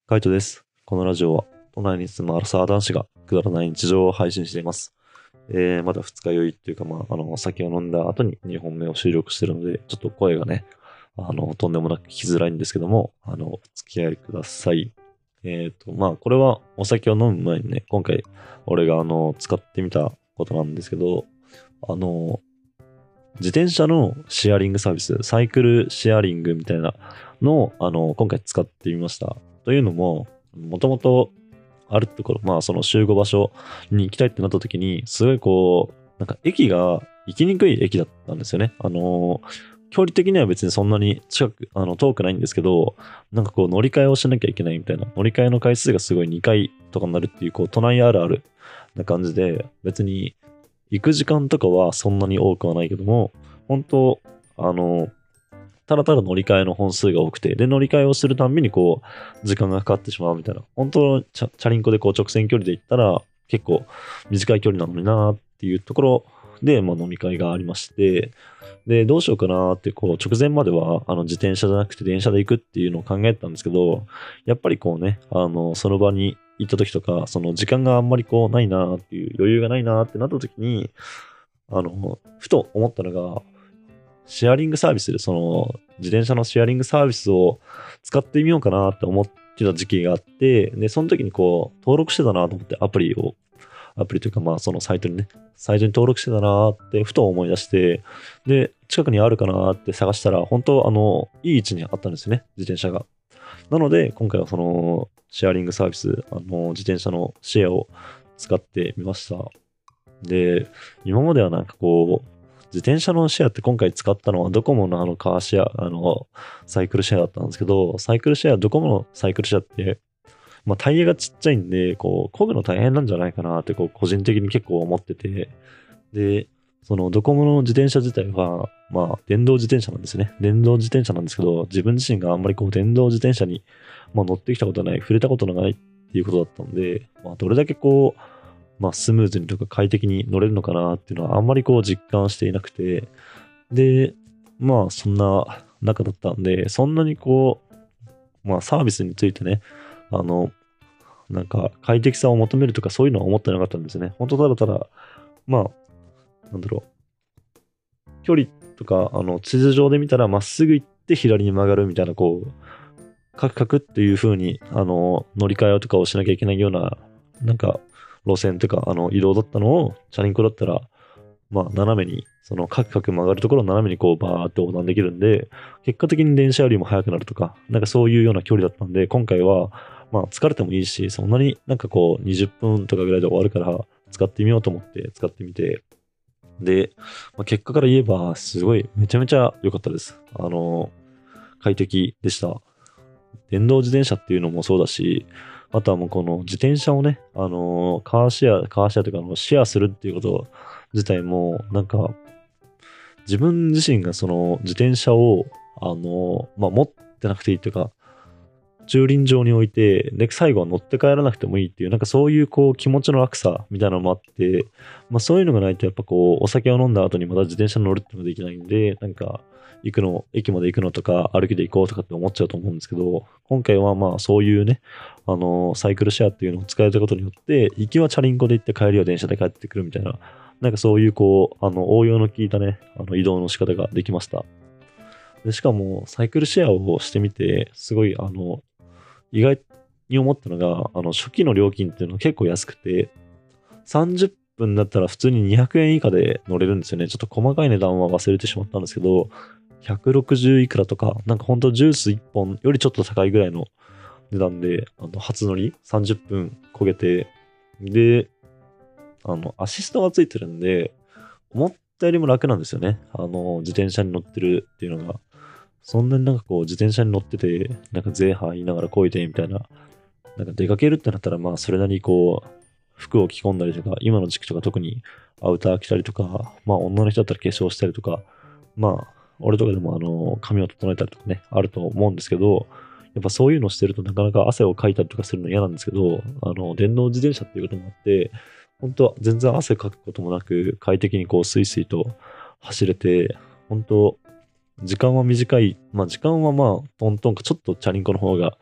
カイトです。このラジオは都内に住むアラサー男子がくだらない日常を配信しています。まだ二日酔いっていうか、酒を飲んだ後に2本目を収録してるので、ちょっと声がね、とんでもなく聞きづらいんですけども、お付き合いください。これはお酒を飲む前にね、今回俺が使ってみたことなんですけど、自転車のシェアリングサービス、サイクルシェアリングみたいなのを、今回使ってみました。というのも、もともとあるところ、その集合場所に行きたいってなった時に、すごいなんか駅が行きにくい駅だったんですよね。距離的には別にそんなに遠くないんですけど、なんか乗り換えをしなきゃいけないみたいな、乗り換えの回数がすごい2回とかになるっていう、都内あるあるな感じで、別に行く時間とかはそんなに多くはないけども、本当ただただ乗り換えの本数が多くて、で、乗り換えをするたんびに時間がかかってしまうみたいな。本当チャリンコで直線距離で行ったら、結構短い距離なのになっていうところで、飲み会がありまして、で、どうしようかなって、直前までは、自転車じゃなくて電車で行くっていうのを考えてたんですけど、やっぱりその場に行った時とか、その時間があんまりないなっていう、余裕がないなってなった時に、ふと思ったのが、シェアリングサービスで、自転車のシェアリングサービスを使ってみようかなって思ってた時期があって、で、その時に登録してたなと思ってアプリというかそのサイトに登録してたなってふと思い出して、で、近くにあるかなって探したら、本当いい位置にあったんですよね、自転車が。なので、今回はその、シェアリングサービス、自転車のシェアを使ってみました。で、今までは自転車のシェアって今回使ったのはドコモのカーシェア、サイクルシェアだったんですけど、サイクルシェア、ドコモのサイクルシェアって、タイヤがちっちゃいんで、漕ぐの大変なんじゃないかなって、個人的に結構思ってて、で、そのドコモの自転車自体は、電動自転車なんですね。電動自転車なんですけど、自分自身があんまり電動自転車に、乗ってきたことない、触れたことがないっていうことだったんで、どれだけスムーズにとか快適に乗れるのかなっていうのはあんまり実感していなくて、で、そんな中だったんで、そんなにサービスについてね、なんか快適さを求めるとかそういうのは思ってなかったんですね。本当ただただ、なんだろう、距離とか、地図上で見たらまっすぐ行って左に曲がるみたいな、カクカクっていう風に、乗り換えとかをしなきゃいけないような、なんか、路線とか、移動だったのを、チャリンコだったら、斜めに、その、カクカク曲がるところを斜めにバーって横断できるんで、結果的に電車よりも速くなるとか、なんかそういうような距離だったんで、今回は、疲れてもいいし、そんなに20分とかぐらいで終わるから、使ってみようと思って使ってみて、で、結果から言えば、すごい、めちゃめちゃ良かったです。快適でした。電動自転車っていうのもそうだし、あとはもうこの自転車をね、カーシェアというか、シェアするっていうこと自体も、自分自身がその自転車を、持ってなくていいというか、駐輪場に置いて、で、最後は乗って帰らなくてもいいっていう、そういう気持ちの楽さみたいなのもあって、そういうのがないとやっぱお酒を飲んだ後にまた自転車に乗るっていうのができないんで、駅まで行くのとか、歩きで行こうとかって思っちゃうと思うんですけど、今回はそういうね、サイクルシェアっていうのを使えたことによって、行きはチャリンコで行って帰りは電車で帰ってくるみたいな、そういう応用の効いたね、移動の仕方ができました。で、しかも、サイクルシェアをしてみて、すごい、意外に思ったのが、初期の料金っていうのは結構安くて、30分だったら普通に200円以下で乗れるんですよね。ちょっと細かい値段は忘れてしまったんですけど、160いくらとか、ほんとジュース1本よりちょっと高いぐらいの値段で、初乗り30分焦げて、で、アシストがついてるんで、思ったよりも楽なんですよね。自転車に乗ってるっていうのが。そんなに自転車に乗ってて、ゼーハー言いながら漕いでみたいな、出かけるってなったら、それなりに服を着込んだりとか、今の時期とか特にアウター着たりとか、女の人だったら化粧したりとか、俺とかでも髪を整えたりとかね、あると思うんですけど、やっぱそういうのしてるとなかなか汗をかいたりとかするの嫌なんですけど、電動自転車っていうこともあって、本当全然汗かくこともなく、快適にスイスイと走れて、本当時間は短い。時間はトントンかちょっとチャリンコの方が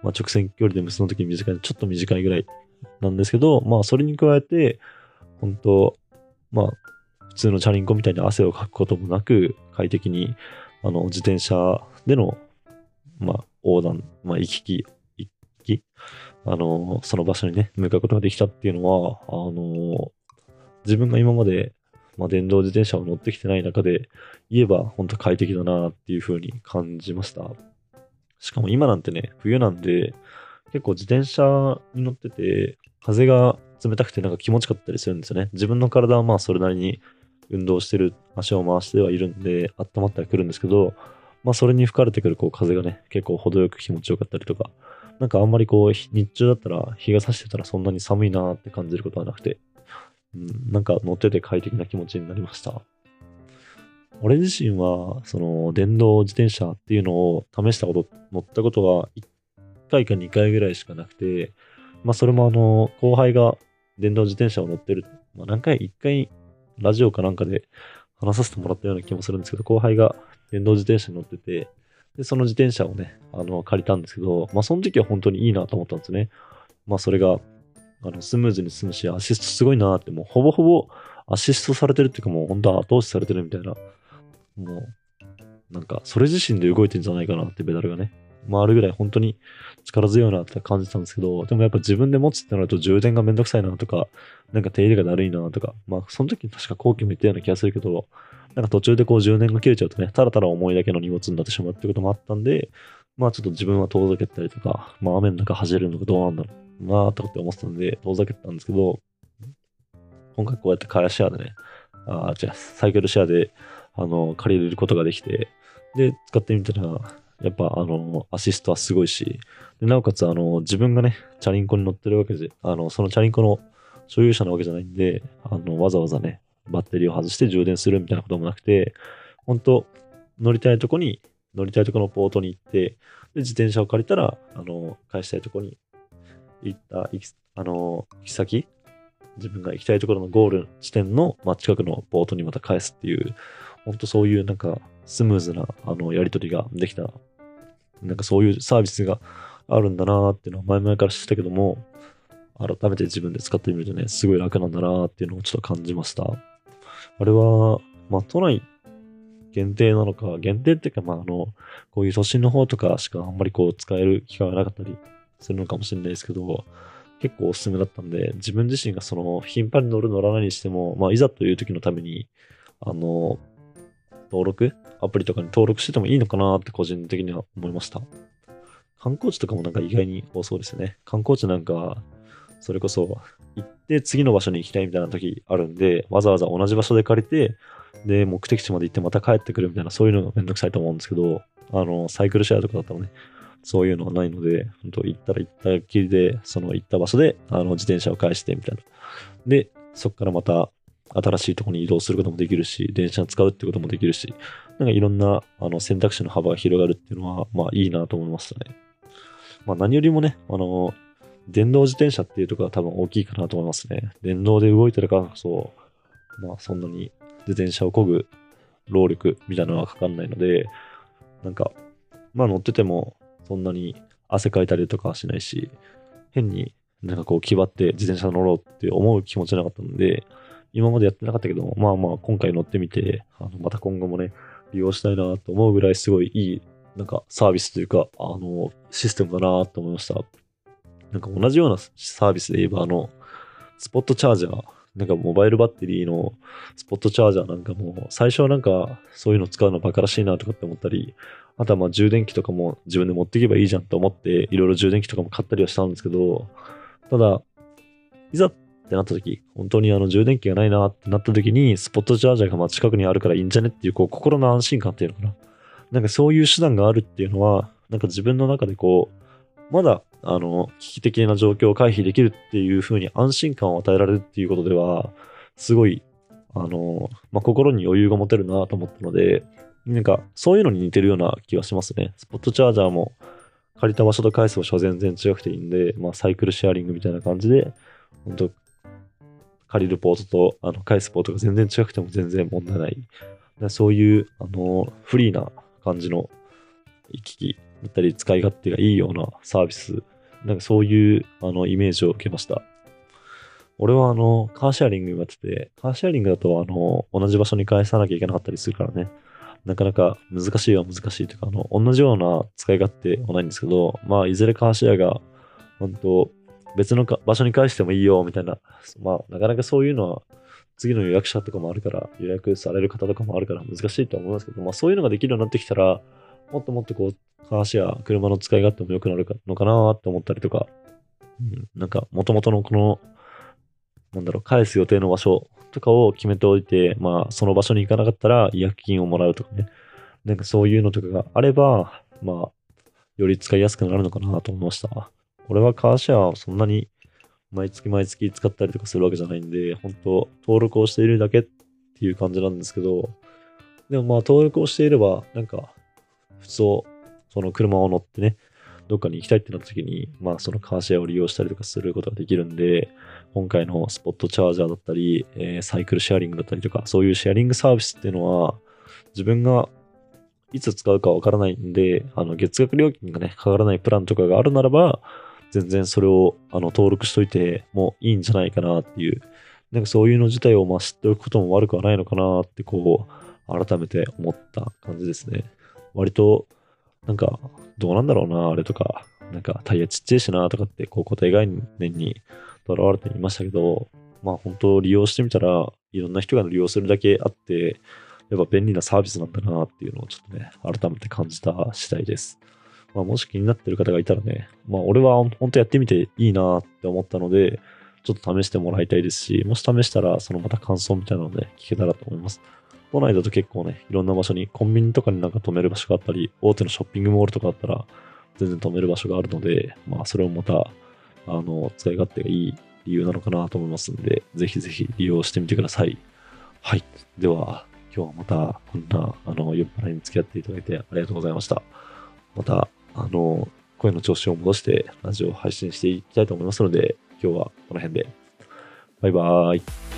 まあ、直線距離で結んだ時に短い、ちょっと短いぐらいなんですけど、まあ、それに加えて、本当まあ、普通のチャリンコみたいに汗をかくこともなく、快適に、自転車での、まあ、横断、まあ、行き来、その場所にね、向かうことができたっていうのは、自分が今まで、まあ、電動自転車を乗ってきてない中で言えば、本当快適だなっていう風に感じました。しかも今なんてね、冬なんで、結構自転車に乗ってて、風が冷たくてなんか気持ちよかったりするんですよね。自分の体はまあそれなりに運動してる、足を回してはいるんで、温まってはくるんですけど、まあそれに吹かれてくるこう風がね、結構程よく気持ちよかったりとか、なんかあんまりこう日中だったら日が差してたらそんなに寒いなーって感じることはなくて、なんか乗ってて快適な気持ちになりました。俺自身は、その電動自転車っていうのを試したこと、乗ったことは1回か2回ぐらいしかなくて、まあそれも後輩が電動自転車を乗ってる、まあ何回、1回ラジオかなんかで話させてもらったような気もするんですけど、後輩が電動自転車に乗ってて、で、その自転車をね、借りたんですけど、まあその時は本当にいいなと思ったんですね。まあそれが、スムーズに進むし、アシストすごいなって、もうほぼほぼアシストされてるっていうかもう本当は後押しされてるみたいな、もう、なんか、それ自身で動いてんじゃないかなってペダルがね、回るぐらい本当に力強いなって感じたんですけど、でもやっぱ自分で持つってなると充電がめんどくさいなとか、なんか手入れがだるいなとか、まあその時に確か後期も言ったような気がするけど、なんか途中でこう充電が切れちゃうとね、ただただ重いだけの荷物になってしまうってこともあったんで、まあちょっと自分は遠ざけたりとか、まあ雨の中走れるのがどうなんだろうなとかって思ってたんで、遠ざけてたんですけど、今回こうやってカーシェアでね、違う、サイクルシェアで、借りれることができて、で、使ってみたら、やっぱ、アシストはすごいし、でなおかつ、自分がね、チャリンコに乗ってるわけで、そのチャリンコの所有者なわけじゃないんで、わざわざね、バッテリーを外して充電するみたいなこともなくて、本当乗りたいとこのポートに行って、で、自転車を借りたら、返したいとこに行った、行き先、自分が行きたいところのゴール地点の、まあ、近くのポートにまた返すっていう、本当そういうなんかスムーズなやり取りができた、なんかそういうサービスがあるんだなーっていうのは前々から知ってたけども、改めて自分で使ってみるとね、すごい楽なんだなーっていうのをちょっと感じました。あれは、まあ都内限定なのか、限定っていうか、まあこういう都心の方とかしかあんまりこう使える機会がなかったりするのかもしれないですけど、結構おすすめだったんで、自分自身がその頻繁に乗らないにしても、まあいざという時のために、アプリとかに登録しててもいいのかなって個人的には思いました。観光地とかもなんか意外に多そうですよね。観光地なんか、それこそ行って次の場所に行きたいみたいな時あるんで、わざわざ同じ場所で借りて、で、目的地まで行ってまた帰ってくるみたいな、そういうのがめんどくさいと思うんですけど、サイクルシェアとかだったらね、そういうのはないので、本当行ったら行ったきりで、その行った場所で、自転車を返してみたいな。で、そこからまた新しいところに移動することもできるし、電車を使うってこともできるし、なんかいろんな選択肢の幅が広がるっていうのは、まあいいなと思いましたね。まあ何よりもね、電動自転車っていうところが多分大きいかなと思いますね。電動で動いてるからこそ、まあそんなに自転車を漕ぐ労力みたいなのはかかんないので、なんか、まあ乗っててもそんなに汗かいたりとかはしないし、変になんかこう気張って自転車乗ろうって思う気持ちなかったので、今までやってなかったけど、まあまあ今回乗ってみて、また今後もね、利用したいなと思うぐらいすごいいい、なんかサービスというか、システムだなと思いました。なんか同じようなサービスで言えば、スポットチャージャー、なんかモバイルバッテリーのスポットチャージャーなんかも、最初はなんかそういうの使うのバカらしいなとかって思ったり、あとはまあ充電器とかも自分で持っていけばいいじゃんと思って、いろいろ充電器とかも買ったりはしたんですけど、ただ、いざってなった時、本当に充電器がないなってなった時に、スポットチャージャーがまあ近くにあるからいいんじゃねっていう、こう、心の安心感っていうのかな。なんかそういう手段があるっていうのは、なんか自分の中でこう、まだ、危機的な状況を回避できるっていう風に安心感を与えられるっていうことでは、すごい、まあ、心に余裕が持てるなと思ったので、なんか、そういうのに似てるような気がしますね。スポットチャージャーも、借りた場所と返す場所は全然違くていいんで、まあ、サイクルシェアリングみたいな感じで、本当借りるポートと返すポートが全然違くても全然問題ない。そういうフリーな感じの行き来だったり使い勝手がいいようなサービス、なんかそういうイメージを受けました。俺はカーシェアリングにやってて、カーシェアリングだと同じ場所に返さなきゃいけなかったりするからね。なかなか難しいは難しいというか、同じような使い勝手はないんですけど、まあ、いずれカーシェアが、本当別の場所に返してもいいよ、みたいな。まあ、なかなかそういうのは、次の予約者とかもあるから、予約される方とかもあるから難しいとは思いますけど、まあ、そういうのができるようになってきたら、もっともっとこう、カーシェア、車の使い勝手も良くなるのかなって思ったりとか、なんか、元々のこの、返す予定の場所とかを決めておいて、まあ、その場所に行かなかったら違約金をもらうとかね。なんかそういうのとかがあれば、まあ、より使いやすくなるのかなと思いました。俺はカーシェアをそんなに毎月毎月使ったりとかするわけじゃないんで、本当登録をしているだけっていう感じなんですけど、でもまあ登録をしていれば、なんか、普通、その車を乗ってね、どっかに行きたいってなった時に、まあそのカーシェアを利用したりとかすることができるんで、今回のスポットチャージャーだったり、サイクルシェアリングだったりとか、そういうシェアリングサービスっていうのは、自分がいつ使うかわからないんで、月額料金がね、かからないプランとかがあるならば、全然それを登録しといてもいいんじゃないかなっていう、なんかそういうの自体をまあ知っておくことも悪くはないのかなってこう、改めて思った感じですね。割と、なんか、どうなんだろうな、あれとか、なんかタイヤちっちゃいしなとかってこう固定概念にとらわれていましたけど、まあ本当利用してみたら、いろんな人が利用するだけあって、やっぱ便利なサービスなんだなっていうのをちょっとね、改めて感じた次第です。まあ、もし気になってる方がいたらね、まあ俺は本当やってみていいなって思ったので、ちょっと試してもらいたいですし、もし試したらそのまた感想みたいなので聞けたらと思います。都内だと結構ね、いろんな場所に、コンビニとかになんか止める場所があったり、大手のショッピングモールとかあったら、全然止める場所があるので、まあそれもまた、使い勝手がいい理由なのかなと思いますので、ぜひぜひ利用してみてください。はい。では、今日はまたこんな、酔っ払いに付き合っていただいてありがとうございました。また、声の調子を戻してラジオを配信していきたいと思いますので、今日はこの辺で。バイバーイ。